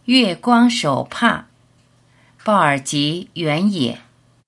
月光手帕，鲍尔吉原野。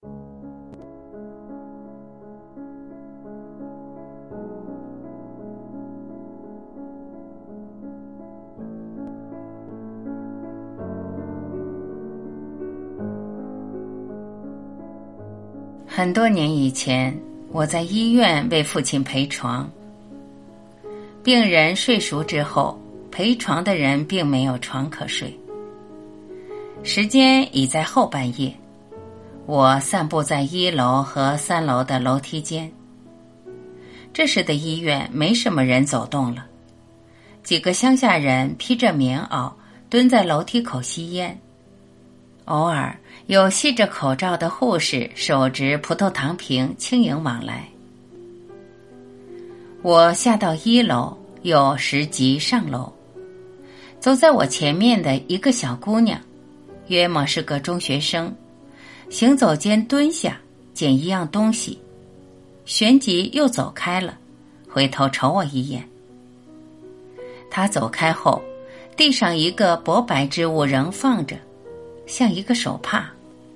很多年以前，我在医院为父亲陪床。病人睡熟之后，陪床的人并没有床可睡。时间已在后半夜，我散步在1楼和3楼的楼梯间。这时的医院没什么人走动了，几个乡下人披着棉袄蹲在楼梯口吸烟，偶尔有系着口罩的护士手执葡萄糖瓶轻盈往来。我下到1楼，又拾级上楼。走在我前面的一个小姑娘，约莫是个中学生，行走间蹲下捡一样东西，旋即又走开了，回头瞅我一眼。她走开后，地上一个薄白之物仍放着，像一个手帕。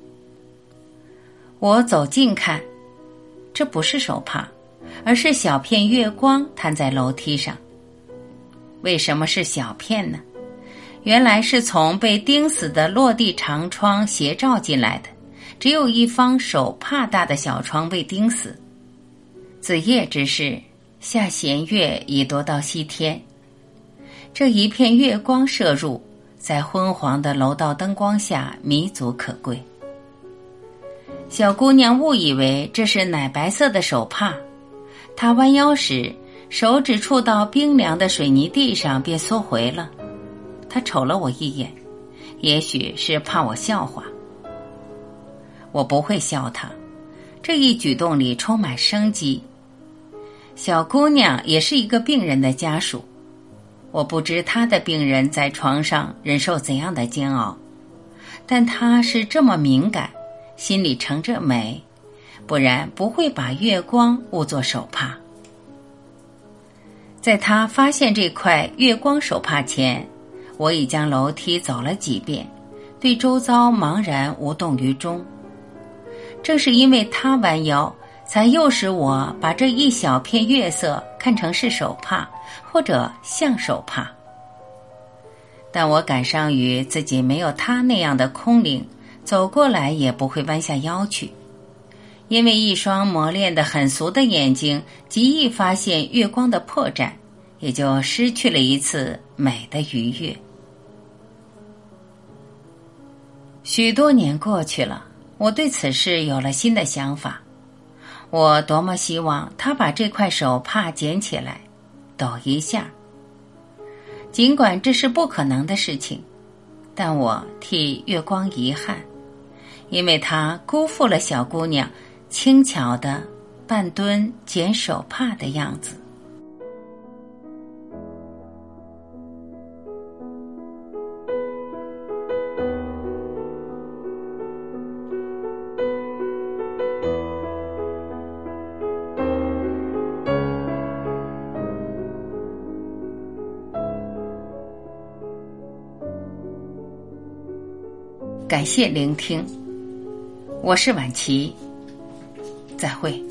我走近看，这不是手帕，而是小片月光摊在楼梯上。为什么是小片呢？原来是从被钉死的落地长窗斜照进来的，只有一方手帕大的小窗未钉死。子夜之时，下弦月已多到西天。这一片月光射入，在昏黄的楼道灯光下弥足可贵。小姑娘误以为这是奶白色的手帕，她弯腰时，手指触到冰凉的水泥地上便缩回了。她瞅了我一眼，也许是怕我笑话。我不会笑她，这一举动里充满生机。小姑娘也是一个病人的家属，我不知她的病人在床上忍受怎样的煎熬，但她是这么敏感，心里盛着美，不然不会把月光误作手帕。在她发现这块月光手帕前，我已将楼梯走了几遍，对周遭茫然无动于衷。正是因为她弯腰，才诱使我把这一小片月色看成是手帕，或者像手帕。但我感伤于自己没有她那样的空灵，走过来也不会弯下腰去，因为一双磨练得很俗的眼睛极易发现月光的破绽，也就失去了一次美的愉悦。许多年过去了，我对此事有了新的想法。我多么希望他把这块手帕捡起来，抖一下。尽管这是不可能的事情，但我替月光遗憾，因为他辜负了小姑娘轻巧的半蹲捡手帕的样子。感谢聆听，我是婉琪，再会。